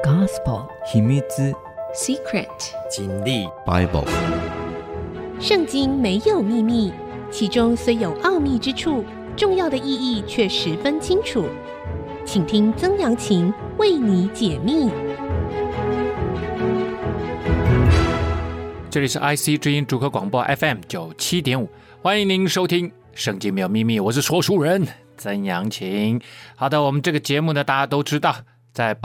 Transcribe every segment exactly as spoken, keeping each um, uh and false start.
Gospel 秘密 Secret 真理 Bible 圣经没有秘密，其中虽有奥秘之处，重要的意义却十分清楚。请听曾阳晴为你解密。 这里是 I C 之音主客广播 F M 九十七点五，欢迎您收听圣经没有秘密，我是说书人曾阳晴。好的，我们这个节目呢，大家都知道在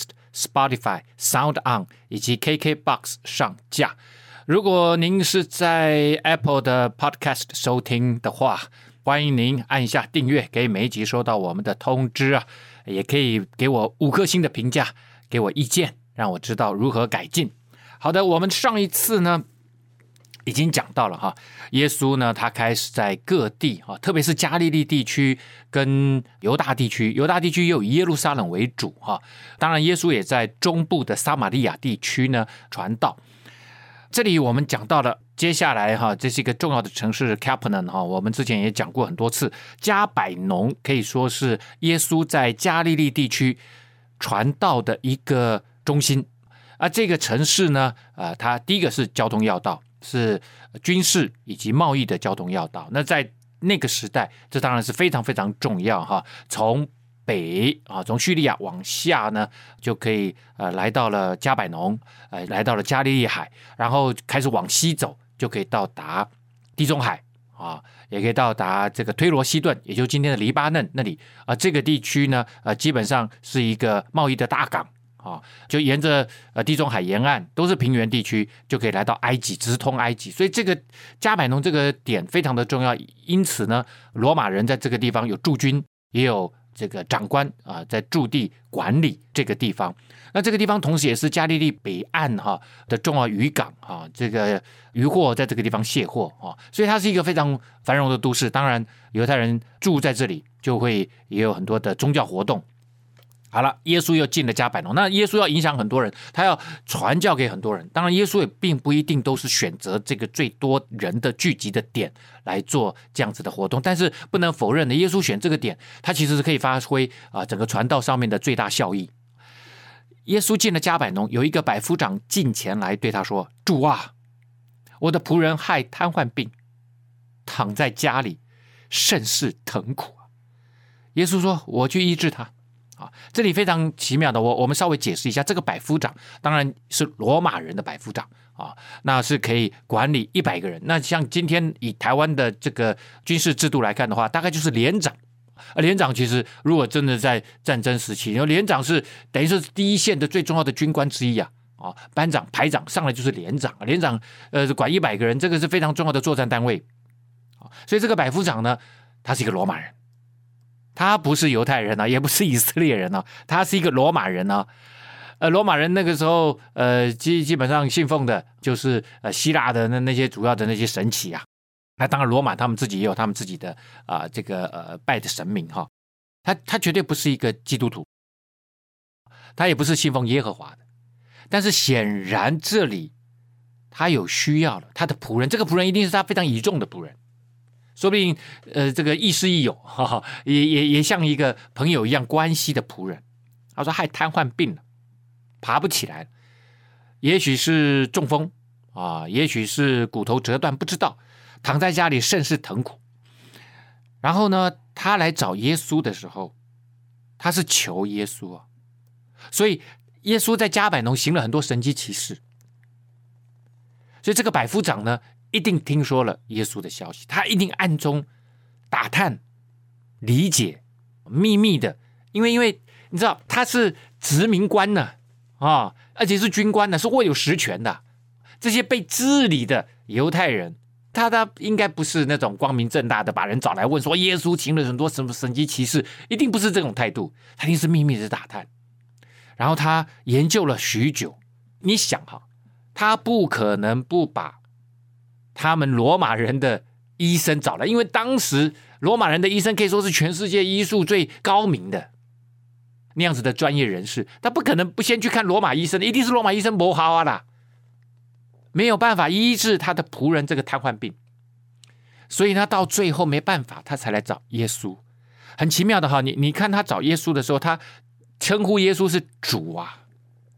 Podcast、Spotify、Sound On 以及 K K Box 上架。如果您是在 Apple 的 Podcast 收听的话，欢迎您按一下订阅，可以每一集收到我们的通知啊，也可以给我五颗星的评价，给我意见，让我知道如何改进。好的，我们上一次呢已经讲到了哈，耶稣呢他开始在各地哈，特别是加利利地区跟犹大地区，犹大地区又以耶路撒冷为主哈。当然，耶稣也在中部的撒玛利亚地区呢传道。这里我们讲到了，接下来哈，这是一个重要的城市 Capernaum 哈，我们之前也讲过很多次，加百农可以说是耶稣在加利利地区传道的一个中心。而这个城市呢，呃，它第一个是交通要道，是军事以及贸易的交通要道。那在那个时代，这当然是非常非常重要哈。从北啊，从叙利亚往下呢，就可以呃来到了加百农，呃，来到了加利利海，然后开始往西走，就可以到达地中海啊，也可以到达这个推罗西顿，也就是今天的黎巴嫩那里啊。这个地区呢，呃，基本上是一个贸易的大港。啊，就沿着呃地中海沿岸都是平原地区，就可以来到埃及，直通埃及。所以这个加百农这个点非常的重要。因此呢，罗马人在这个地方有驻军，也有这个长官啊，在驻地管理这个地方。那这个地方同时也是加利利北岸哈的重要渔港啊，这个渔货在这个地方卸货啊，所以它是一个非常繁荣的都市。当然，犹太人住在这里，就会也有很多的宗教活动。好了，耶稣又进了加百农，那耶稣要影响很多人，他要传教给很多人。当然，耶稣也并不一定都是选择这个最多人的聚集的点来做这样子的活动，但是不能否认的，耶稣选这个点，他其实是可以发挥啊整个传道上面的最大效益。耶稣进了加百农，有一个百夫长进前来对他说：“主啊，我的仆人害瘫痪病，躺在家里，甚是疼苦。”耶稣说：“我去医治他。”啊，这里非常奇妙的，我我们稍微解释一下，这个百夫长当然是罗马人的百夫长啊，那是可以管理一百个人。那像今天以台湾的这个军事制度来看的话，大概就是连长。而连长其实如果真的在战争时期，连长是等于是第一线的最重要的军官之一啊。啊，班长、排长上来就是连长，连长呃管一百个人，这个是非常重要的作战单位。所以这个百夫长呢，他是一个罗马人。他不是犹太人啊，也不是以色列人啊，他是一个罗马人啊。呃，罗马人那个时候，呃，基基本上信奉的就是呃希腊的那那些主要的那些神祇啊。那当然，罗马他们自己也有他们自己的啊、呃、这个呃拜的神明哈。他他绝对不是一个基督徒，他也不是信奉耶和华的。但是显然这里他有需要了，他的仆人，这个仆人一定是他非常倚重的仆人。说不定，呃，这个亦师亦友，哈哈，也也也像一个朋友一样关系的仆人。他说害瘫痪病了，爬不起来了，也许是中风啊，也许是骨头折断，不知道，躺在家里甚是疼苦。然后呢，他来找耶稣的时候，他是求耶稣啊，所以耶稣在加百农行了很多神迹奇事，所以这个百夫长呢，一定听说了耶稣的消息，他一定暗中打探、理解、秘密的，因为因为你知道他是殖民官呢啊，而且是军官呢，是握有实权的。这些被治理的犹太人，他他应该不是那种光明正大的把人找来问说耶稣行了很多什么神迹奇事，一定不是这种态度，他一定是秘密的打探。然后他研究了许久，你想哈，他不可能不把他们罗马人的医生找来，因为当时罗马人的医生可以说是全世界医术最高明的那样子的专业人士，他不可能不先去看罗马医生，一定是罗马医生没好啊啦，没有办法医治他的仆人这个瘫痪病，所以他到最后没办法，他才来找耶稣。很奇妙的哈，你你看他找耶稣的时候，他称呼耶稣是主啊，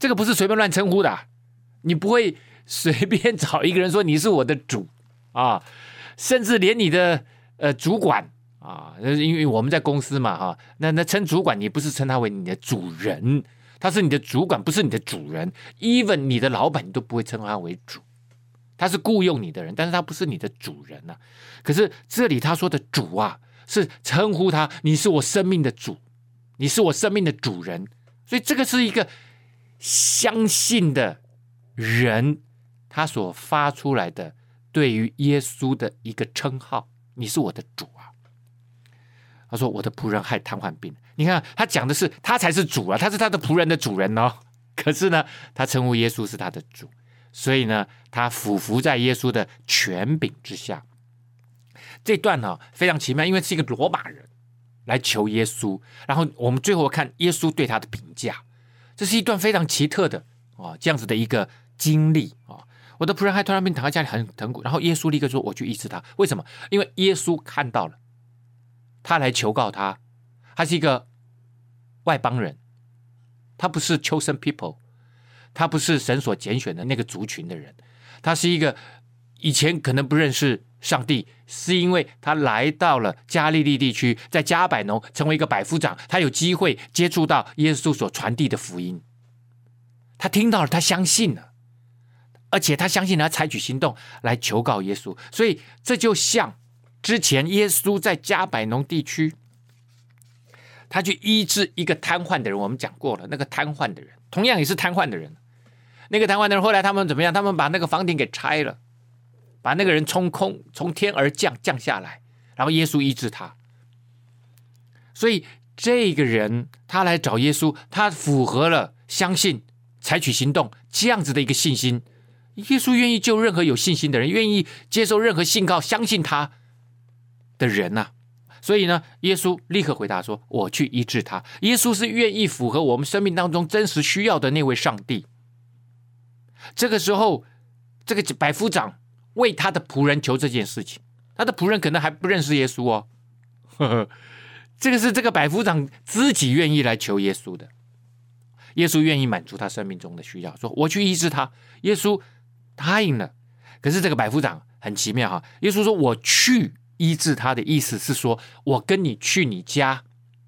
这个不是随便乱称呼的、啊，你不会随便找一个人说你是我的主啊，甚至连你的呃主管啊，因为我们在公司嘛哈、啊，那那称主管，你不是称他为你的主人，他是你的主管，不是你的主人。even 你的老板，你都不会称他为主，他是雇佣你的人，但是他不是你的主人啊。可是这里他说的主啊，是称呼他，你是我生命的主，你是我生命的主人，所以这个是一个相信的人他所发出来的对于耶稣的一个称号，你是我的主啊。他说我的仆人害瘫痪病，你看他讲的是他才是主啊，他是他的仆人的主人哦。可是呢，他称呼耶稣是他的主，所以呢，他俯伏在耶稣的权柄之下。这段呢、哦、非常奇妙，因为是一个罗马人来求耶稣，然后我们最后看耶稣对他的评价，这是一段非常奇特的哦，这样子的一个经历啊、哦。我的仆人害瘫痪病，躺在家里很疼苦，然后耶稣立刻说：“我去医治他。”为什么？因为耶稣看到了，他来求告他，他是一个外邦人，他不是 chosen people， 他不是神所拣选的那个族群的人，他是一个以前可能不认识上帝，是因为他来到了加利利地区，在加百农成为一个百夫长，他有机会接触到耶稣所传递的福音，他听到了，他相信了，而且他相信他采取行动来求告耶稣。所以这就像之前耶稣在加百农地区，他去医治一个瘫痪的人，我们讲过了，那个瘫痪的人同样也是瘫痪的人，那个瘫痪的人后来他们怎么样？他们把那个房顶给拆了，把那个人冲空，从天而降降下来，然后耶稣医治他。所以这个人他来找耶稣，他符合了相信采取行动这样子的一个信心。耶稣愿意救任何有信心的人，愿意接受任何信告相信他的人啊。所以呢，耶稣立刻回答说：“我去医治他。”耶稣是愿意符合我们生命当中真实需要的那位上帝。这个时候，这个百夫长为他的仆人求这件事情，他的仆人可能还不认识耶稣哦。呵呵，这个是这个百夫长自己愿意来求耶稣的。耶稣愿意满足他生命中的需要，说：“我去医治他。”耶稣答应了。可是这个百夫长很奇妙哈，耶稣说：“我去医治他”的意思是说，我跟你去你家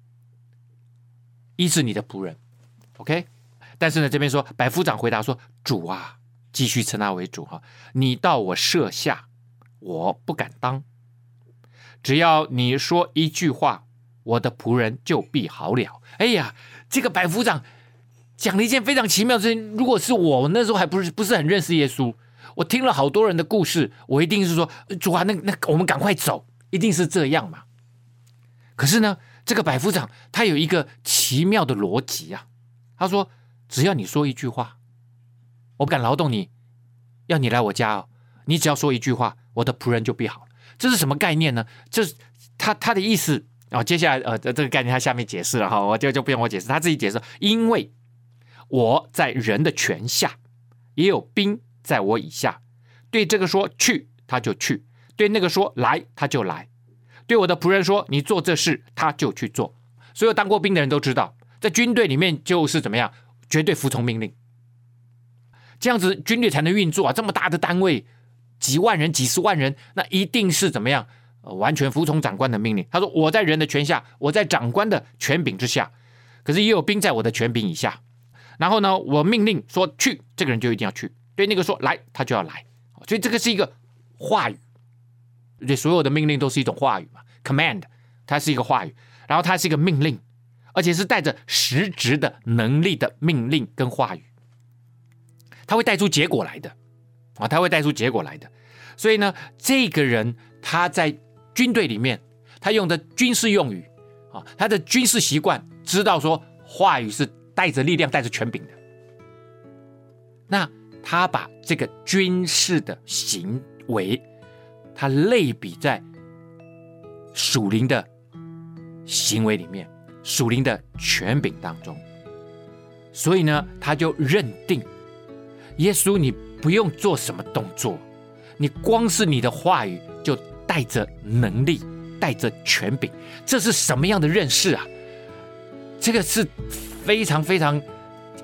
医治你的仆人 ，OK？ 但是呢，这边说百夫长回答说：“主啊，继续称他为主哈，你到我舍下，我不敢当。只要你说一句话，我的仆人就必好了。”哎呀，这个百夫长讲了一件非常奇妙的事情。如果是我，我那时候还不是不是很认识耶稣，我听了好多人的故事，我一定是说：“主啊，那那我们赶快走。”一定是这样嘛。可是呢，这个百夫长他有一个奇妙的逻辑啊。他说：“只要你说一句话，我不敢劳动你，要你来我家哦。你只要说一句话，我的仆人就必好了。”这是什么概念呢？这是他他的意思啊、哦。接下来呃，这个概念他下面解释了哈，我就就不用我解释，他自己解释。因为我在人的权下，也有兵在我以下，对这个说去，他就去。对那个说来，他就来；对我的仆人说你做这事，他就去做。所有当过兵的人都知道，在军队里面就是怎么样，绝对服从命令，这样子军队才能运作啊。这么大的单位，几万人、几十万人，那一定是怎么样，呃、完全服从长官的命令。他说：“我在人的权下，我在长官的权柄之下，可是也有兵在我的权柄以下。然后呢，我命令说去，这个人就一定要去；对那个说来，他就要来。所以这个是一个话语。”对，所有的命令都是一种话语嘛 ，command， 它是一个话语，然后它是一个命令，而且是带着实质的能力的命令跟话语，它会带出结果来的啊，它会带出结果来的。所以呢，这个人他在军队里面，他用的军事用语啊，他的军事习惯，知道说话语是带着力量、带着权柄的。那他把这个军事的行为，他类比在属灵的行为里面，属灵的权柄当中。所以呢，他就认定耶稣你不用做什么动作，你光是你的话语就带着能力，带着权柄。这是什么样的认识啊？这个是非常非常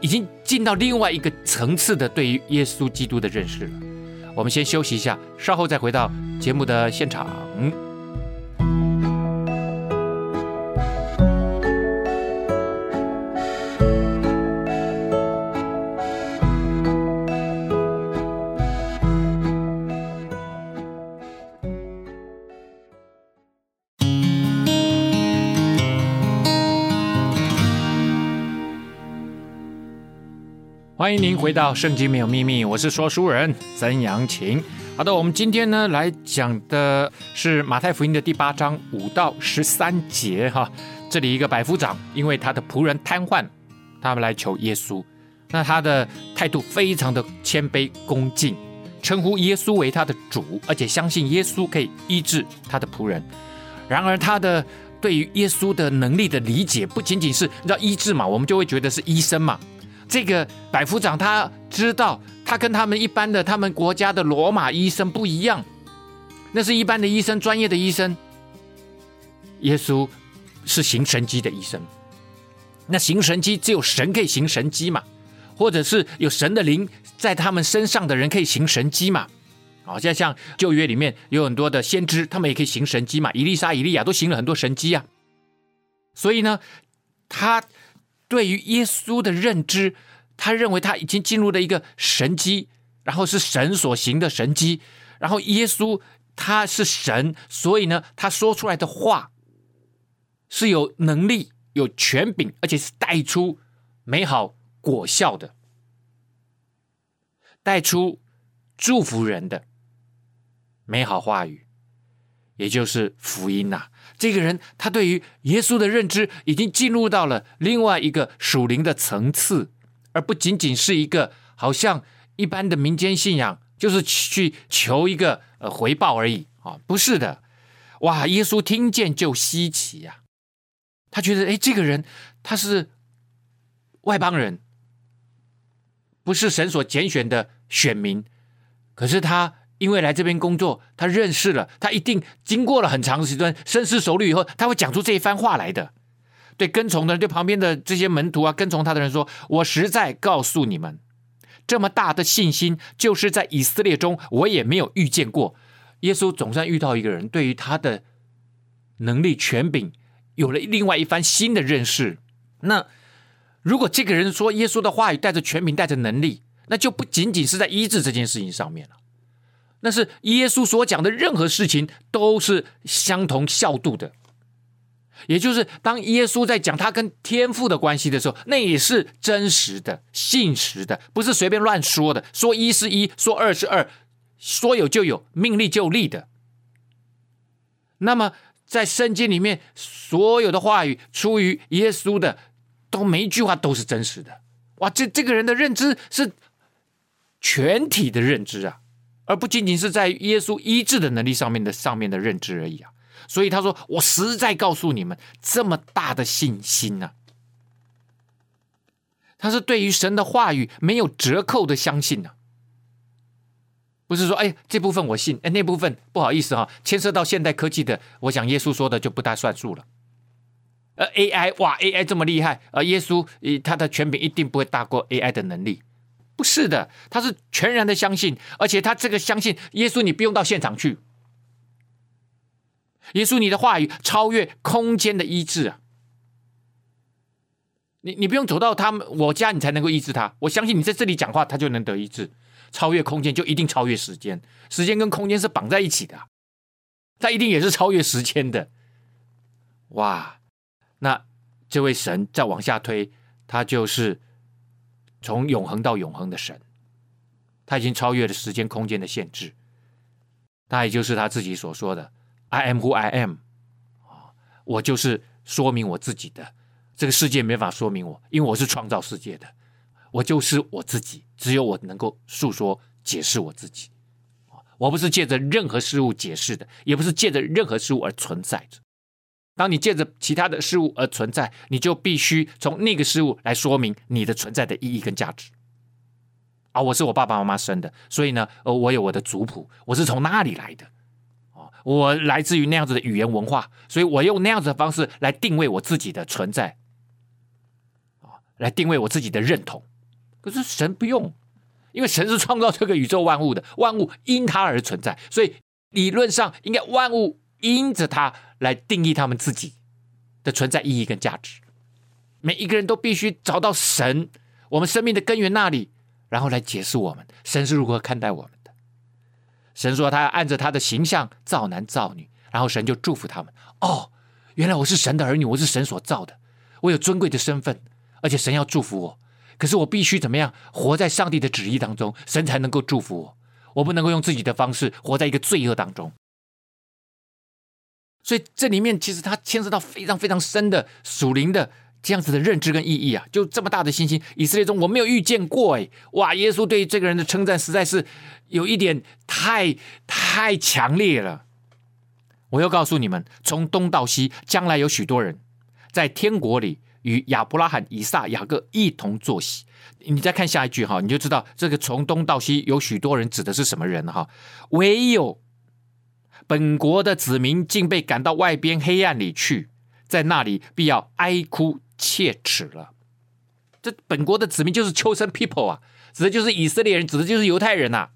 已经进到另外一个层次的对于耶稣基督的认识了。我们先休息一下，稍后再回到节目的现场。欢迎您回到圣经没有秘密，我是说书人曾阳晴。好的，我们今天呢来讲的是马太福音的第八章五到十三节哈。这里一个百夫长因为他的仆人瘫痪，他们来求耶稣，那他的态度非常的谦卑恭敬，称呼耶稣为他的主，而且相信耶稣可以医治他的仆人。然而他的对于耶稣的能力的理解不仅仅是你知道医治嘛，我们就会觉得是医生嘛。这个百夫长他知道他跟他们一般的他们国家的罗马医生不一样，那是一般的医生，专业的医生。耶稣是行神迹的医生，那行神迹只有神可以行神迹嘛，或者是有神的灵在他们身上的人可以行神迹嘛。好像像旧约里面有很多的先知，他们也可以行神迹嘛，以利沙以利亚都行了很多神迹啊。所以呢，他对于耶稣的认知，他认为他已经进入了一个神迹，然后是神所行的神迹，然后耶稣他是神，所以呢，他说出来的话是有能力、有权柄，而且是带出美好果效的，带出祝福人的美好话语，也就是福音啊。这个人他对于耶稣的认知已经进入到了另外一个属灵的层次，而不仅仅是一个好像一般的民间信仰，就是去求一个呃回报而已啊，不是的。哇，耶稣听见就稀奇啊，他觉得哎，这个人他是外邦人，不是神所拣选的选民，可是他因为来这边工作，他认识了，他一定经过了很长时间深思熟虑以后，他会讲出这一番话来的。对跟从的人，对旁边的这些门徒啊，跟从他的人说，我实在告诉你们，这么大的信心就是在以色列中我也没有遇见过。耶稣总算遇到一个人对于他的能力权柄有了另外一番新的认识。那如果这个人说耶稣的话语带着权柄带着能力，那就不仅仅是在医治这件事情上面了，那是耶稣所讲的任何事情都是相同效度的。也就是当耶稣在讲他跟天父的关系的时候，那也是真实的、信实的，不是随便乱说的，说一是一，说二是二，说有就有，命立就立的。那么在圣经里面所有的话语出于耶稣的，都每一句话都是真实的。哇，这这个人的认知是全体的认知啊，而不仅仅是在耶稣医治的能力上面的上面的认知而已啊。所以他说，我实在告诉你们，这么大的信心啊，他是对于神的话语没有折扣的相信啊，不是说哎这部分我信，哎那部分不好意思哈、啊，牵涉到现代科技的，我想耶稣说的就不大算数了。呃 A I 哇 A I 这么厉害，呃耶稣他的权柄一定不会大过 A I 的能力，不是的，他是全然的相信，而且他这个相信耶稣，你不用到现场去。耶稣，你的话语超越空间的医治啊！你你不用走到他们我家，你才能够医治他。我相信你在这里讲话，他就能得医治。超越空间就一定超越时间，时间跟空间是绑在一起的，他一定也是超越时间的。哇！那这位神再往下推，他就是从永恒到永恒的神，他已经超越了时间空间的限制，他也就是他自己所说的。I am who I am， 我就是说明我自己的，这个世界没法说明我，因为我是创造世界的，我就是我自己，只有我能够述说解释我自己。我不是借着任何事物解释的，也不是借着任何事物而存在着。当你借着其他的事物而存在，你就必须从那个事物来说明你的存在的意义跟价值。啊，我是我爸爸妈妈生的，所以呢，我有我的族谱，我是从那里来的。我来自于那样子的语言文化，所以我用那样子的方式来定位我自己的存在， 来定位我自己的认同。可是神不用，因为神是创造这个宇宙万物的，万物因他而存在，所以理论上应该万物因着他来定义他们自己的存在意义跟价值。每一个人都必须找到神，我们生命的根源那里，然后来解释我们神是如何看待我们的。神说他要按着他的形象造男造女，然后神就祝福他们。哦，原来我是神的儿女，我是神所造的，我有尊贵的身份，而且神要祝福我。可是我必须怎么样活在上帝的旨意当中，神才能够祝福我。我不能够用自己的方式活在一个罪恶当中。所以这里面其实它牵涉到非常非常深的属灵的这样子的认知跟意义啊！就这么大的信心，以色列中我没有遇见过哎！哇，耶稣对这个人的称赞实在是有一点太太强烈了。我又告诉你们，从东到西，将来有许多人在天国里与亚伯拉罕、以撒、雅各一同坐席。你再看下一句哈，你就知道这个从东到西有许多人指的是什么人哈？唯有本国的子民竟被赶到外边黑暗里去，在那里必要哀哭切齿了。这本国的子民就是 chosen people 啊，指的就是以色列人，指的就是犹太人啊。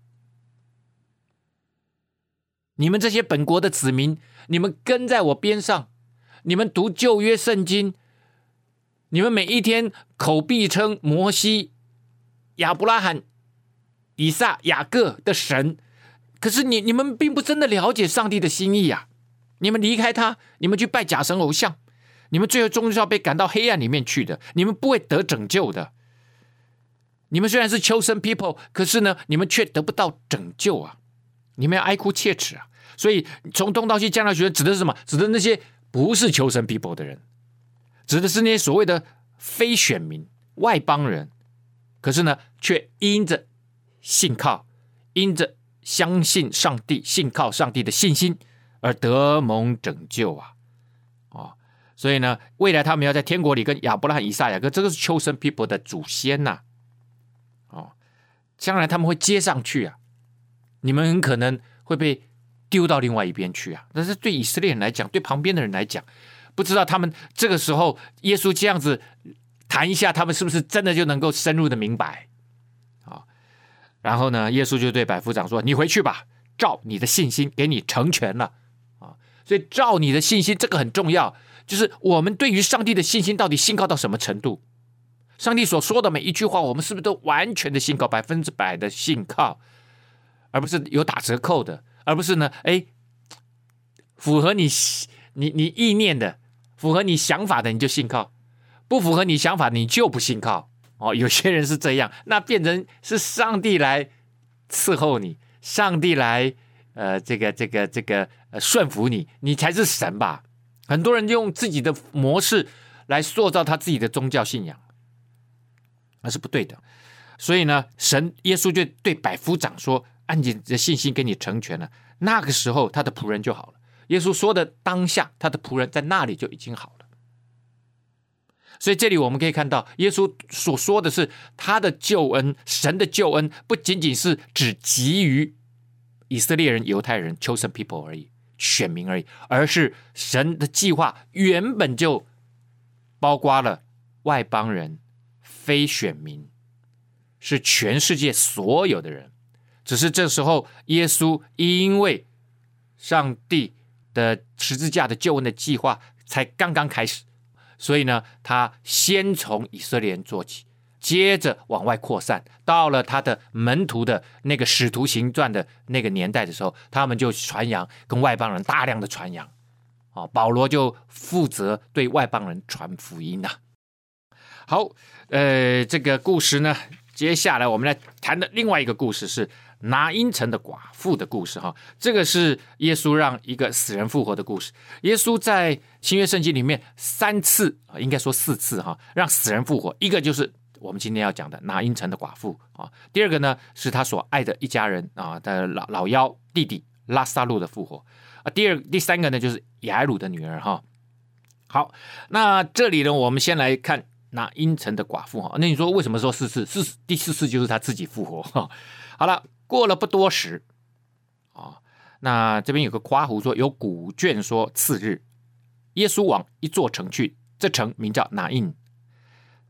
你们这些本国的子民，你们跟在我边上，你们读旧约圣经，你们每一天口必称摩西、亚伯拉罕、以撒、雅各的神，可是你你们并不真的了解上帝的心意啊！你们离开他，你们去拜假神偶像，你们最后终究要被赶到黑暗里面去的，你们不会得拯救的。你们虽然是 chosen people， 可是呢，你们却得不到拯救啊！你们要哀哭切齿啊！所以从东到西，将来学指的是什么？指的是那些不是 chosen people 的人，指的是那些所谓的非选民、外邦人，可是呢，却因着信靠，因着相信上帝，信靠上帝的信心而得蒙拯救啊！哦，所以呢，未来他们要在天国里跟亚伯拉罕、以撒、雅各，这个是 chosen people 的祖先呐、啊！哦，将来他们会接上去啊！你们很可能会被丢到另外一边去啊！但是对以色列人来讲，对旁边的人来讲，不知道他们这个时候耶稣这样子谈一下，他们是不是真的就能够深入的明白啊？然后呢，耶稣就对百夫长说：“你回去吧，照你的信心给你成全了啊！”所以照你的信心，这个很重要，就是我们对于上帝的信心到底信靠到什么程度？上帝所说的每一句话，我们是不是都完全的信靠，百分之百的信靠，而不是有打折扣的，而不是呢，哎，符合你你你意念的，符合你想法的你就信靠，不符合你想法你就不信靠。哦，有些人是这样，那变成是上帝来伺候你，上帝来呃这个这个这个呃顺服你，你才是神吧？很多人用自己的模式来塑造他自己的宗教信仰，那是不对的。所以呢，神耶稣就对百夫长说：“按你的信心给你成全了。”那个时候他的仆人就好了。耶稣说的当下，他的仆人在那里就已经好了。所以这里我们可以看到，耶稣所说的是他的救恩，神的救恩不仅仅是只给予以色列人、犹太人 chosen people 而已，选民而已，而是神的计划原本就包括了外邦人、非选民，是全世界所有的人。只是这时候耶稣因为上帝的十字架的救恩的计划才刚刚开始，所以呢，他先从以色列人做起，接着往外扩散，到了他的门徒的那个使徒行传的那个年代的时候，他们就传扬，跟外邦人大量的传扬。哦，保罗就负责对外邦人传福音啊。好，呃，这个故事呢，接下来我们来谈的另外一个故事是拿因城的寡妇的故事哈。这个是耶稣让一个死人复活的故事。耶稣在新约圣经里面三次，应该说四次哈，让死人复活。一个就是我们今天要讲的拿因城的寡妇啊。第二个呢，是他所爱的一家人啊的老老幺弟弟拉撒路的复活啊。第二、第三个呢，就是雅鲁的女儿哈。好，那这里呢，我们先来看拿因城的寡妇哈。那你说为什么说四次？四第四次就是他自己复活哈。好了。过了不多时，哦，那这边有个括弧说，有古卷说次日，耶稣往一座城去，这城名叫拿因。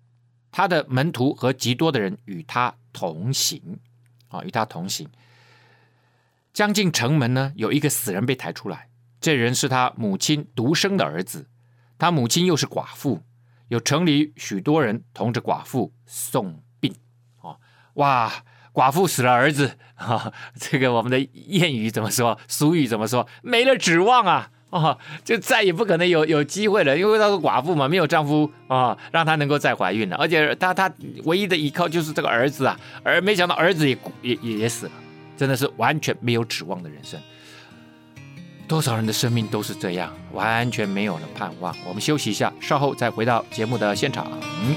他的门徒和极多的人与他同行，啊，与他同行。将近城门呢，有一个死人被抬出来，这人是他母亲独生的儿子，他母亲又是寡妇，有城里许多人同着寡妇送殡。哦，哇，寡妇死了儿子，哦，这个我们的谚语怎么说？俗语怎么说？没了指望啊！哦，就再也不可能有有机会了，因为她是寡妇嘛，没有丈夫啊，哦，让她能够再怀孕了，而且她她唯一的依靠就是这个儿子啊，而没想到儿子也也也死了，真的是完全没有指望的人生。多少人的生命都是这样，完全没有了盼望。我们休息一下，稍后再回到节目的现场。嗯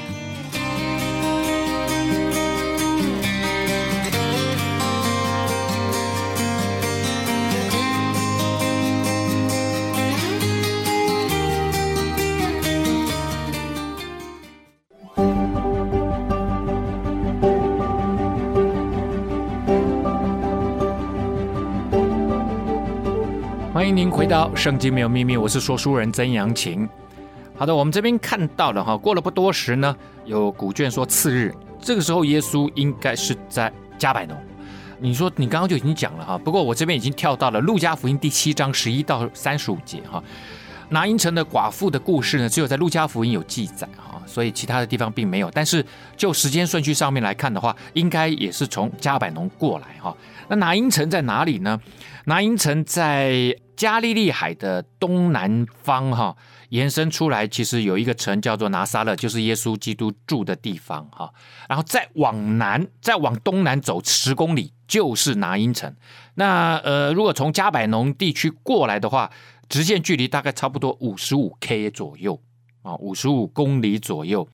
欢迎您回到圣经没有秘密，我是说书人曾阳晴。好的，我们这边看到了哈，过了不多时呢，有古卷说次日，这个时候耶稣应该是在加百农。你说你刚刚就已经讲了哈，不过我这边已经跳到了路加福音第七章十一到三十五节哈。拿因城的寡妇的故事呢，只有在路加福音有记载哈，所以其他的地方并没有。但是就时间顺序上面来看的话，应该也是从加百农过来哈。那拿因城在哪里呢？拿因城在加利利海的东南方哈，延伸出来，其实有一个城叫做拿撒勒，就是耶稣基督住的地方哈。然后再往南，再往东南走十公里，就是拿因城。那呃，如果从加百农地区过来的话，直线距离大概差不多五十五 K 左右啊，五十五公里左右。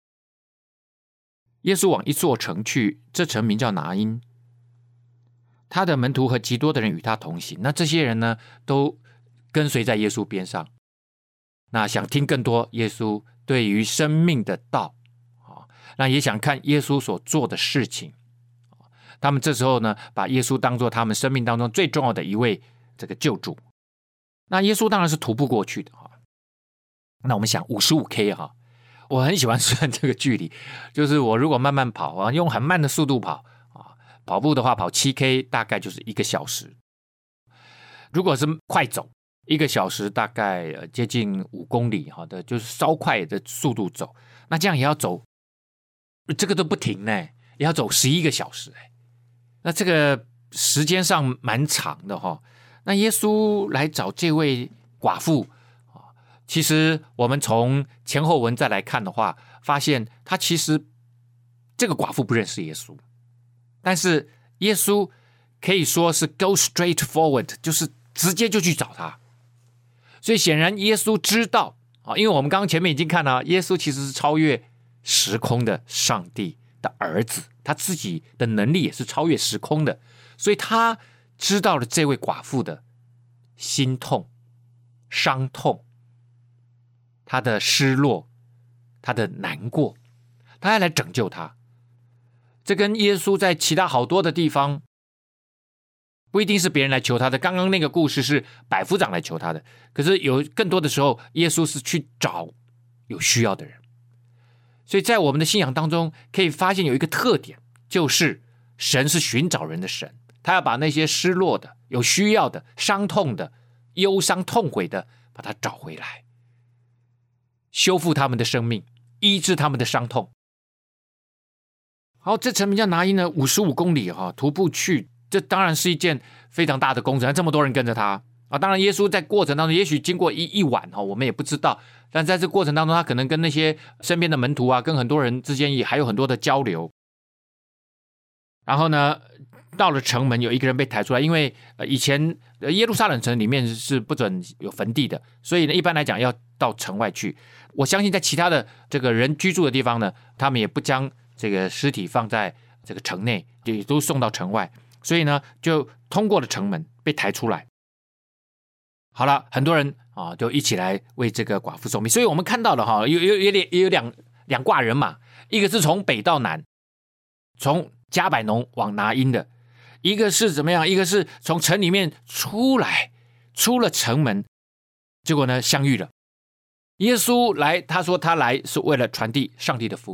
耶稣往一座城去，这城名叫拿因。他的门徒和极多的人与他同行，那这些人呢，都跟随在耶稣边上，那想听更多耶稣对于生命的道，那也想看耶稣所做的事情。他们这时候呢，把耶稣当作他们生命当中最重要的一位这个救主。那耶稣当然是徒步过去的。那我们想 五十五 K 哈，我很喜欢算这个距离，就是我如果慢慢跑，用很慢的速度跑，跑步的话跑 七 K 大概就是一个小时，如果是快走一个小时大概接近五公里，好的，就是稍快的速度走，那这样也要走，这个都不停呢，也要走十一个小时，那这个时间上蛮长的哈。那耶稣来找这位寡妇，其实我们从前后文再来看的话，发现他其实这个寡妇不认识耶稣。但是耶稣可以说是 go straight forward， 就是直接就去找他。所以显然耶稣知道，因为我们刚刚前面已经看了，耶稣其实是超越时空的上帝的儿子，他自己的能力也是超越时空的，所以他知道了这位寡妇的心痛、伤痛，他的失落，他的难过，他要来拯救他。这跟耶稣在其他好多的地方不一定是别人来求他的，刚刚那个故事是百夫长来求他的，可是有更多的时候耶稣是去找有需要的人。所以在我们的信仰当中可以发现有一个特点，就是神是寻找人的神，他要把那些失落的、有需要的、伤痛的、忧伤痛悔的把他找回来，修复他们的生命，医治他们的伤痛。好，这城名叫拿因呢，五十五公里哈，徒步去，这当然是一件非常大的工程，这么多人跟着他啊。当然，耶稣在过程当中，也许经过一一晚哈，我们也不知道，但在这过程当中，他可能跟那些身边的门徒啊，跟很多人之间也还有很多的交流。然后呢，到了城门，有一个人被抬出来，因为以前耶路撒冷城里面是不准有坟地的，所以呢，一般来讲要到城外去。我相信在其他的这个人居住的地方呢，他们也不将这个尸体放在这个城内，也都送到城外，所以呢，就通过了城门被抬出来。好了，很多人啊，就一起来为这个寡妇送殡。所以我们看到了哈，有有有点有两两挂人马，一个是从北到南，从加百农往拿因的，一个是怎么样？一个是从城里面出来，出了城门，结果呢相遇了。耶稣来，他说他来是为了传递上帝的福音。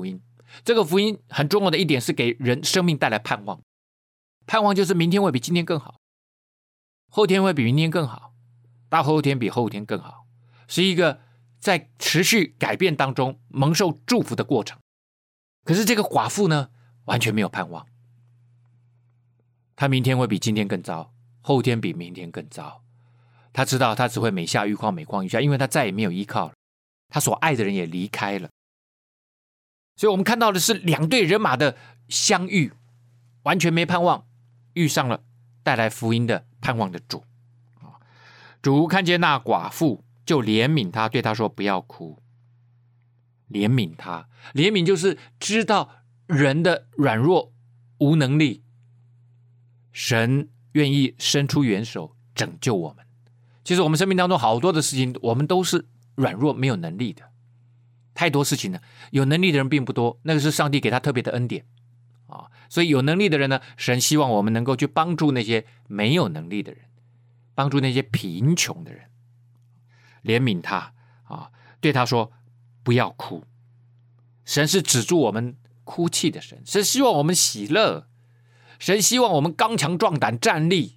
这个福音很重要的一点是给人生命带来盼望，盼望就是明天会比今天更好，后天会比明天更好，大后天比后天更好，是一个在持续改变当中蒙受祝福的过程。可是这个寡妇呢，完全没有盼望，她明天会比今天更糟，后天比明天更糟。她知道她只会每下愈况每况愈下，因为她再也没有依靠了，她所爱的人也离开了。所以我们看到的是两队人马的相遇，完全没盼望，遇上了带来福音的盼望的主。主看见那寡妇，就怜悯她，对她说不要哭。怜悯她，怜悯就是知道人的软弱无能力，神愿意伸出援手拯救我们。其实我们生命当中好多的事情，我们都是软弱没有能力的，太多事情呢，有能力的人并不多，那个是上帝给他特别的恩典啊。所以有能力的人呢，神希望我们能够去帮助那些没有能力的人，帮助那些贫穷的人，怜悯他啊，对他说不要哭。神是止住我们哭泣的神，神希望我们喜乐，神希望我们刚强壮胆站立，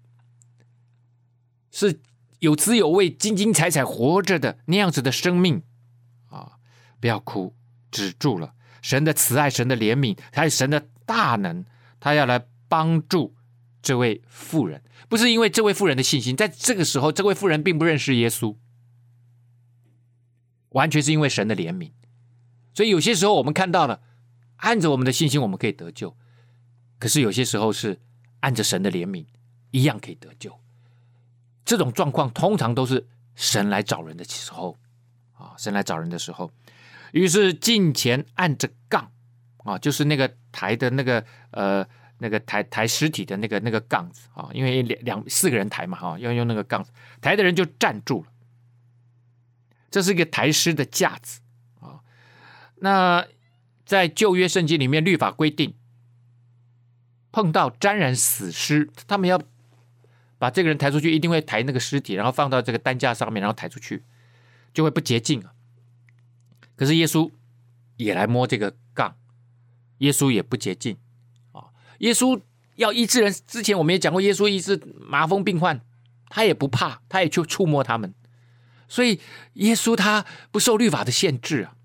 是有滋有味精精彩彩活着的那样子的生命啊！不要哭，止住了。神的慈爱，神的怜悯，还有神的大能，他要来帮助这位妇人。不是因为这位妇人的信心，在这个时候这位妇人并不认识耶稣，完全是因为神的怜悯。所以有些时候我们看到了，按着我们的信心我们可以得救，可是有些时候是按着神的怜悯一样可以得救。这种状况通常都是神来找人的时候啊，神来找人的时候。于是近前按着杠啊，就是那个抬的那个呃那个抬抬尸体的那个那个杠子啊，因为两两四个人抬嘛哈，要用那个杠子，抬的人就站住了。这是一个抬尸的架子啊。那在旧约圣经里面，律法规定，碰到沾染死尸，他们要把这个人抬出去，一定会抬那个尸体，然后放到这个担架上面，然后抬出去，就会不洁净啊。可是耶稣也来摸这个杠，耶稣也不洁净啊。耶稣要医治人之前，我们也讲过，耶稣医治麻风病患，他也不怕，他也去触摸他们。所以耶稣他不受律法的限制啊，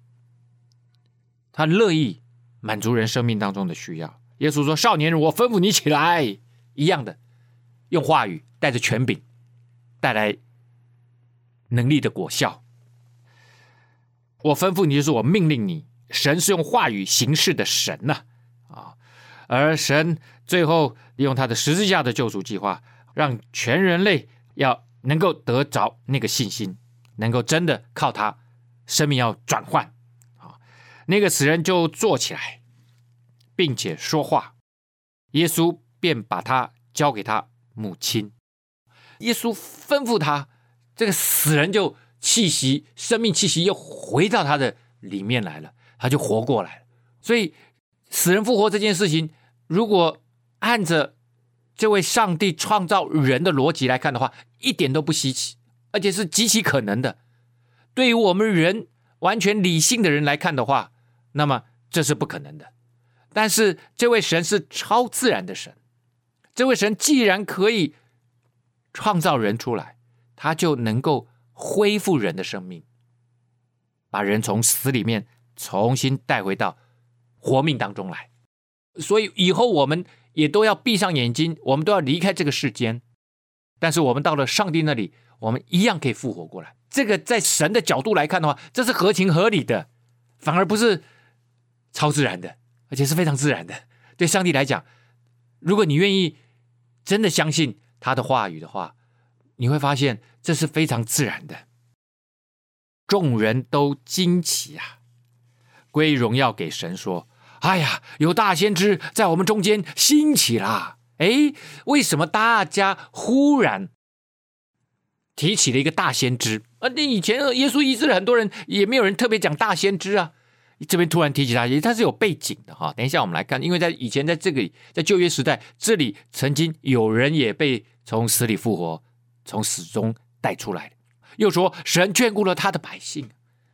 他乐意满足人生命当中的需要。耶稣说：“少年人，我吩咐你起来。”一样的，用话语带着权柄，带来能力的果效。我吩咐你就是我命令你，神是用话语行事的神呐、啊，啊，而神最后利用他的十字架的救赎计划，让全人类要能够得着那个信心，能够真的靠他生命要转换啊。那个死人就坐起来，并且说话，耶稣便把他交给他母亲。耶稣吩咐他，这个死人就气息，生命气息又回到他的里面来了，他就活过来了。所以死人复活这件事情，如果按着这位上帝创造人的逻辑来看的话，一点都不稀奇，而且是极其可能的。对于我们人完全理性的人来看的话，那么这是不可能的。但是这位神是超自然的神，这位神既然可以创造人出来，他就能够恢复人的生命，把人从死里面重新带回到活命当中来。所以以后我们也都要闭上眼睛，我们都要离开这个世间，但是我们到了上帝那里，我们一样可以复活过来。这个在神的角度来看的话，这是合情合理的，反而不是超自然的，而且是非常自然的。对上帝来讲，如果你愿意真的相信他的话语的话，你会发现这是非常自然的。众人都惊奇啊，归荣耀给神，说：“哎呀，有大先知在我们中间兴起啦！”诶，为什么大家忽然提起了一个大先知？啊，那以前耶稣医治了很多人，也没有人特别讲大先知啊。这边突然提起他，它是有背景的哈。等一下我们来看，因为在以前在这个在旧约时代，这里曾经有人也被从死里复活，从死中带出来。又说神眷顾了他的百姓，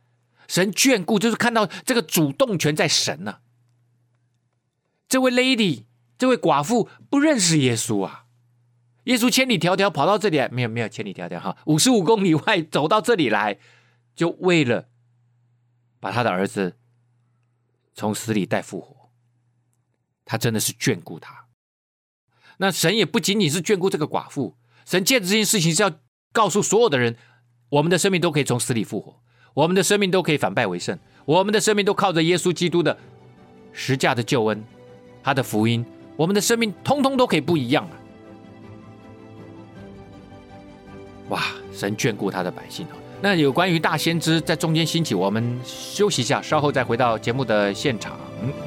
神眷顾就是看到这个主动权在神啊。这位 lady， 这位寡妇不认识耶稣啊，耶稣千里迢迢跑到这里来，没有没有千里迢迢哈，五十五公里外走到这里来，就为了把他的儿子从死里带复活。他真的是眷顾他。那神也不仅仅是眷顾这个寡妇，神借着这件事情是要告诉所有的人，我们的生命都可以从死里复活，我们的生命都可以反败为胜，我们的生命都靠着耶稣基督的十架的救恩，他的福音，我们的生命通通都可以不一样了。哇，神眷顾他的百姓。那有关于大先知在中间兴起，我们休息一下，稍后再回到节目的现场。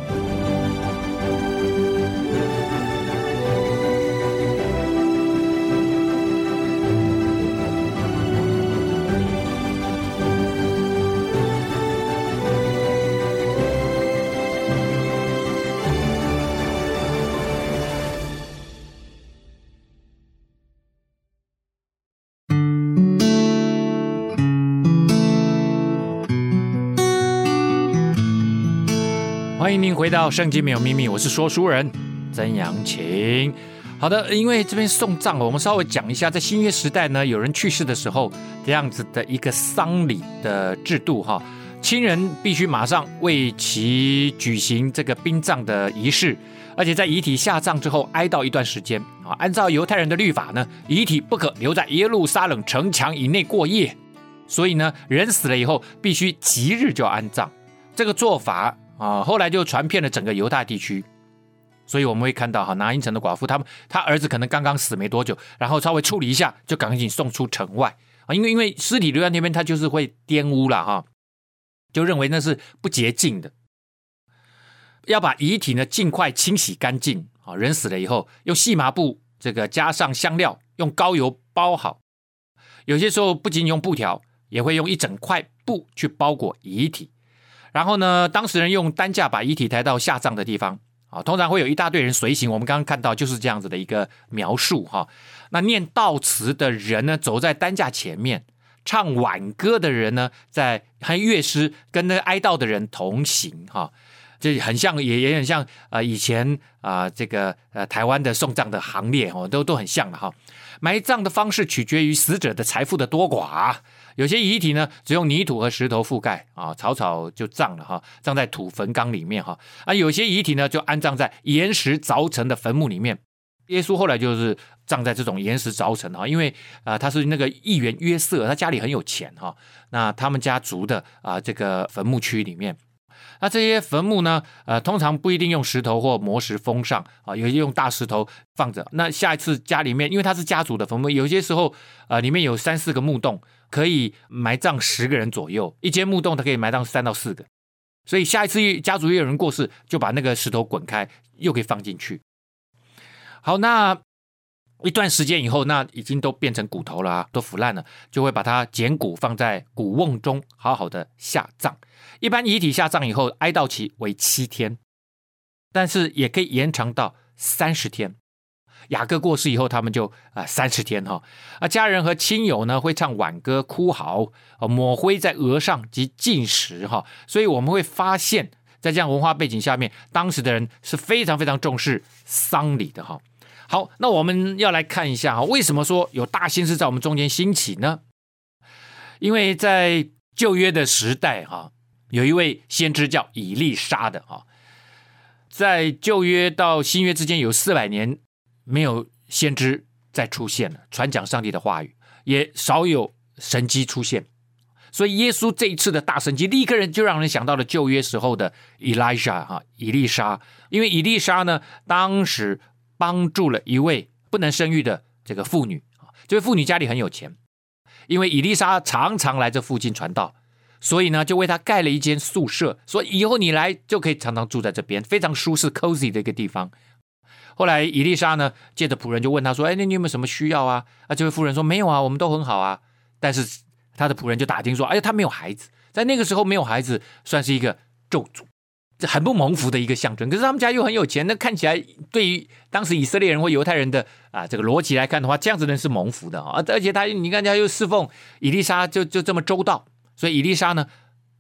欢迎您回到圣经没有秘密，我是说书人曾阳晴。好的，因为这边送葬，我们稍微讲一下，在新约时代呢，有人去世的时候，这样子的一个丧礼的制度哈，亲人必须马上为其举行这个殡葬的仪式，而且在遗体下葬之后哀悼一段时间啊。按照犹太人的律法呢，遗体不可留在耶路撒冷城墙以内过夜，所以呢，人死了以后必须即日就安葬。这个做法啊，后来就传遍了整个犹大地区，所以我们会看到哈，拿因城的寡妇，他们他儿子可能刚刚死没多久，然后稍微处理一下，就赶紧送出城外啊，因为因为尸体留在那边，他就是会玷污了哈，就认为那是不洁净的，要把遗体呢尽快清洗干净啊。人死了以后，用细麻布这个加上香料，用膏油包好，有些时候不仅用布条，也会用一整块布去包裹遗体。然后呢，当事人用担架把遗体抬到下葬的地方啊，通常会有一大队人随行。我们刚刚看到就是这样子的一个描述哈。那念悼词的人呢，走在担架前面；唱挽歌的人呢，在和乐师跟那个哀悼的人同行哈。这很像，也也很像呃以前啊、呃、这个呃台湾的送葬的行列哦，都都很像了哈。埋葬的方式取决于死者的财富的多寡。有些遗体呢，只用泥土和石头覆盖啊，草草就葬了哈，葬在土坟缸里面哈。啊，有些遗体呢，就安葬在岩石凿成的坟墓里面。耶稣后来就是葬在这种岩石凿成哈，因为啊、呃、他是那个议员约瑟，他家里很有钱哈，那他们家族的啊、呃、这个坟墓区里面。那这些坟墓呢，呃，通常不一定用石头或磨石封上啊，有些用大石头放着。那下一次家里面，因为它是家族的坟墓，有些时候呃里面有三四个墓洞，可以埋葬十个人左右。一间墓洞它可以埋葬三到四个，所以下一次家族又有人过世，就把那个石头滚开，又可以放进去。好，那一段时间以后，那已经都变成骨头了啊，都腐烂了，就会把它捡骨放在骨瓮中，好好的下葬。一般遗体下葬以后，哀悼期为七天，但是也可以延长到三十天。雅各过世以后，他们就啊三十天哈啊，家人和亲友呢会唱挽歌、哭嚎，抹灰在额上及禁食哈。所以我们会发现，在这样文化背景下面，当时的人是非常非常重视丧礼的哈。好，那我们要来看一下哈，为什么说有大先知在我们中间兴起呢？因为在旧约的时代哈，有一位先知叫以利沙的哈，在旧约到新约之间有四百年没有先知再出现了，传讲上帝的话语，也少有神迹出现。所以耶稣这一次的大神迹，立刻人就让人想到了旧约时候的以利沙哈，以利沙，因为以利沙呢，当时帮助了一位不能生育的这个妇女，这位妇女家里很有钱，因为以利沙常常来这附近传道，所以呢就为她盖了一间宿舍，说以后你来就可以常常住在这边，非常舒适 cozy 的一个地方。后来以利沙呢借着仆人就问他说，哎，那你有没有什么需要啊？啊，这位妇人说没有啊，我们都很好啊。但是他的仆人就打听说，哎，他没有孩子，在那个时候没有孩子算是一个咒诅，这很不蒙福的一个象征。可是他们家又很有钱，那看起来对于当时以色列人或犹太人的啊这个逻辑来看的话，这样子的人是蒙福的啊。而且他你看他又侍奉以利沙就就这么周到，所以以利沙呢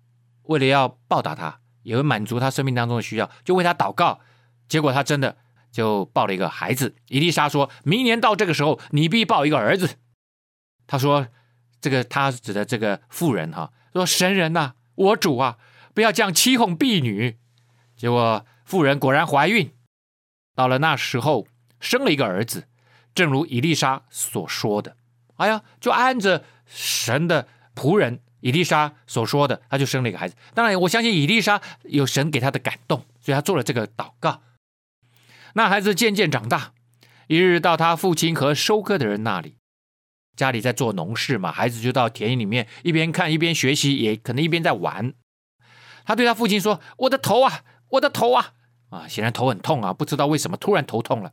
为了要报答他，也会满足他生命当中的需要，就为他祷告。结果他真的就抱了一个孩子。以利沙说，明年到这个时候，你必抱一个儿子。他说这个他指的这个妇人哈，说神人啊，我主啊，不要这样欺哄婢女。结果妇人果然怀孕，到了那时候生了一个儿子，正如以利沙所说的。哎呀，就按着神的仆人以利沙所说的，他就生了一个孩子。当然我相信以利沙有神给他的感动，所以他做了这个祷告。那孩子渐渐长大，一日到他父亲和收割的人那里，家里在做农事嘛，孩子就到田野里面一边看一边学习，也可能一边在玩。他对他父亲说，我的头啊，我的头啊！啊，显然头很痛啊，不知道为什么突然头痛了。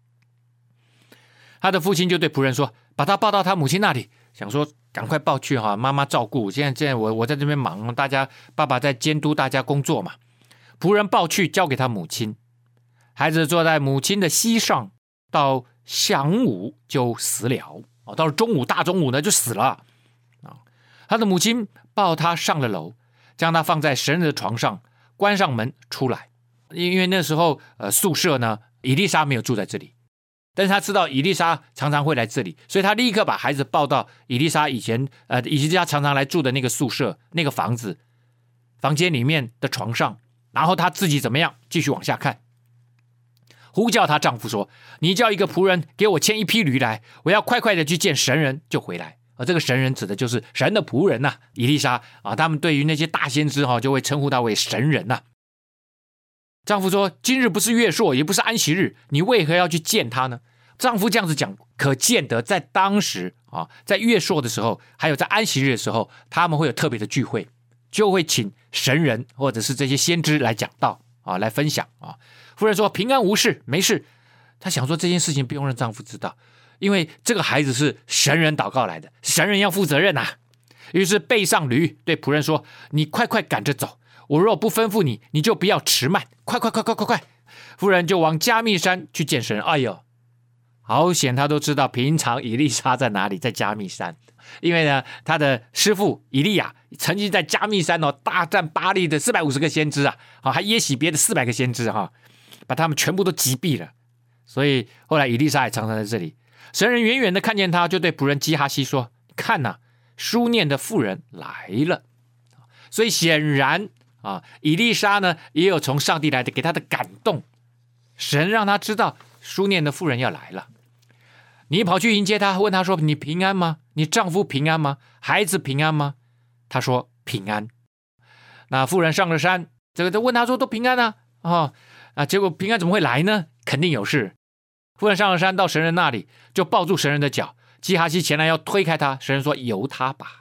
他的父亲就对仆人说，把他抱到他母亲那里，想说赶快抱去哈，妈妈照顾。现在现在我我在这边忙，大家爸爸在监督大家工作嘛。仆人抱去交给他母亲，孩子坐在母亲的膝上，到晌午就死了。到了中午大中午呢就死了。他的母亲抱他上了楼，将他放在神人的床上，关上门出来。因为那时候呃宿舍呢，以利沙没有住在这里，但是他知道以利沙常常会来这里，所以他立刻把孩子抱到以利沙以前呃以及他常常来住的那个宿舍那个房子房间里面的床上，然后他自己怎么样继续往下看，呼叫她丈夫说，你叫一个仆人给我牵一匹驴来，我要快快的去见神人就回来。而这个神人指的就是神的仆人呐、啊，以利沙啊，他们对于那些大先知哈、啊，就会称呼他为神人呐、啊。丈夫说，今日不是月朔，也不是安息日，你为何要去见他呢？丈夫这样子讲，可见得在当时啊，在月朔的时候，还有在安息日的时候，他们会有特别的聚会，就会请神人或者是这些先知来讲道啊，来分享啊。夫人说平安无事，没事。她想说这件事情不用让丈夫知道，因为这个孩子是神人祷告来的，神人要负责任啊。于是背上驴，对仆人说，你快快赶着走，我若不吩咐你，你就不要迟慢，快快快快快快。夫人就往加密山去见神人。哎呦，好险他都知道平常以利沙在哪里，在加密山。因为呢，他的师父以利亚曾经在加密山、哦、大战巴力的四百五十个先知啊，还耶洗别的四百个先知、啊、把他们全部都击毙了。所以后来以利沙也常常在这里。神人远远的看见他，就对仆人基哈西说，看哪、啊，书念的妇人来了。所以显然啊，以利沙呢也有从上帝来的给他的感动，神让他知道书念的妇人要来了。你跑去迎接他，问他说，你平安吗？你丈夫平安吗？孩子平安吗？他说平安。那妇人上了山，这个都问他说都平安啊、哦、啊，结果平安怎么会来呢？肯定有事。妇人上了山，到神人那里，就抱住神人的脚。基哈西前来要推开他，神人说由他吧。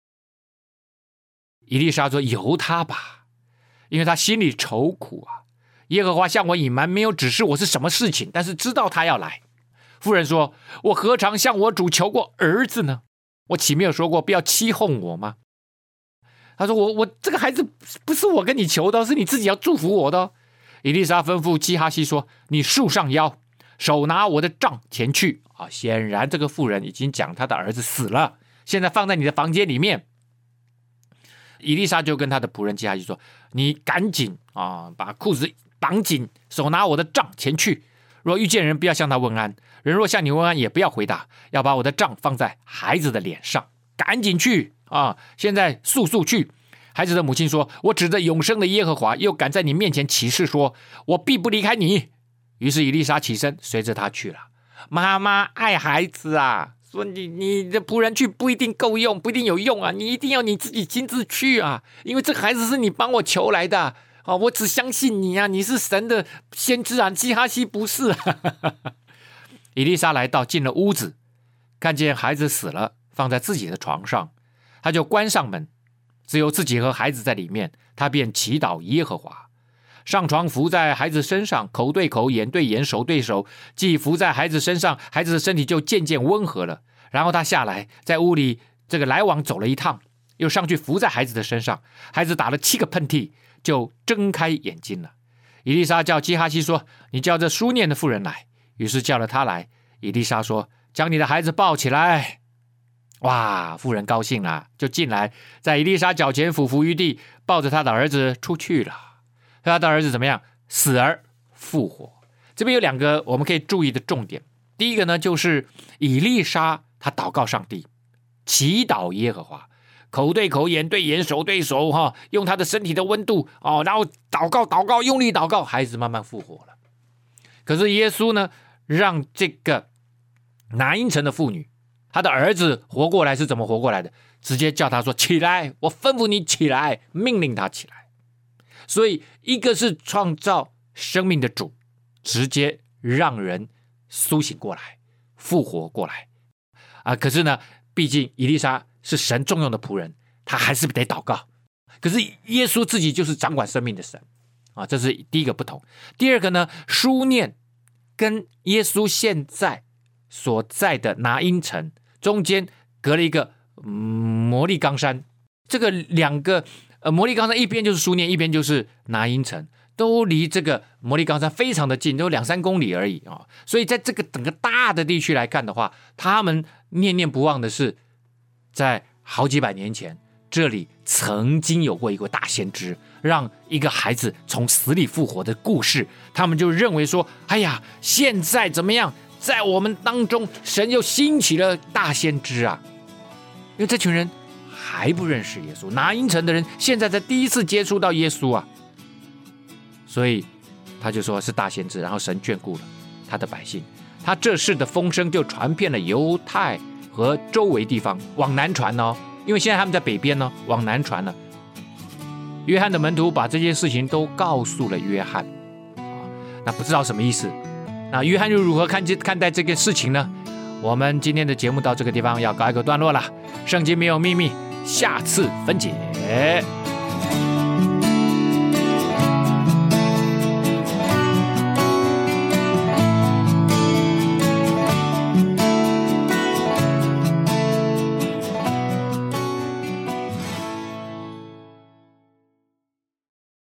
以利沙说由他吧，因为他心里愁苦啊。耶和华向我隐瞒，没有指示我是什么事情，但是知道他要来。妇人说，我何尝向我主求过儿子呢？我岂没有说过不要欺哄我吗？他说我我这个孩子不是我跟你求的，是你自己要祝福我的。以利沙吩咐基哈西说，你束上腰，手拿我的杖前去。啊，显然这个妇人已经讲他的儿子死了，现在放在你的房间里面。以利沙就跟他的仆人基哈西说，你赶紧啊，把裤子绑紧，手拿我的杖前去。若遇见人，不要向他问安，人若向你问安，也不要回答，要把我的杖放在孩子的脸上。赶紧去啊！现在速速去。孩子的母亲说，我指着永生的耶和华，又敢在你面前起誓说，我必不离开你。于是以利沙起身随着他去了。妈妈爱孩子啊，说你你的仆人去不一定够用，不一定有用啊，你一定要你自己亲自去啊，因为这个孩子是你帮我求来的啊，我只相信你啊，你是神的先知啊，基哈西不是啊。以利沙来到，进了屋子，看见孩子死了，放在自己的床上，他就关上门，只有自己和孩子在里面，他便祈祷耶和华。上床伏在孩子身上，口对口，眼对眼，手对手，既伏在孩子身上，孩子的身体就渐渐温和了。然后他下来，在屋里这个来往走了一趟，又上去伏在孩子的身上，孩子打了七个喷嚏，就睁开眼睛了。以利沙叫基哈西说，你叫这书念的妇人来。于是叫了他来。以利沙说，将你的孩子抱起来。 哇，妇人高兴了，就进来，在以利沙脚前俯伏于地，抱着他的儿子出去了。他的儿子怎么样？死而复活。这边有两个我们可以注意的重点。第一个呢，就是以利沙他祷告上帝，祈祷耶和华，口对口，眼对眼，手对手，哈，用他的身体的温度哦，然后祷告祷告，用力祷告，孩子慢慢复活了。可是耶稣呢，让这个拿因城的妇女，他的儿子活过来是怎么活过来的？直接叫他说起来，我吩咐你起来，命令他起来。所以一个是创造生命的主，直接让人苏醒过来，复活过来啊！可是呢，毕竟以利沙是神重用的仆人，他还是得祷告。可是耶稣自己就是掌管生命的神啊，这是第一个不同。第二个呢，书念跟耶稣现在所在的拿因城中间隔了一个、嗯、摩利冈山，这个两个呃摩利冈山一边就是书念，一边就是拿因城，都离这个摩利冈山非常的近，都两三公里而已啊、哦。所以在这个整个大的地区来看的话，他们念念不忘的是，在好几百年前，这里曾经有过一个大先知，让一个孩子从死里复活的故事。他们就认为说，哎呀，现在怎么样？在我们当中，神又兴起了大先知啊！因为这群人还不认识耶稣，拿因城的人现在才第一次接触到耶稣啊，所以他就说是大先知，然后神眷顾了他的百姓，他这事的风声就传遍了犹太和周围地方，往南传哦，因为现在他们在北边呢，往南传了。约翰的门徒把这件事情都告诉了约翰，那不知道什么意思。那约翰又如何看看待这个事情呢？我们今天的节目到这个地方要告一个段落了。圣经没有秘密，下次分解。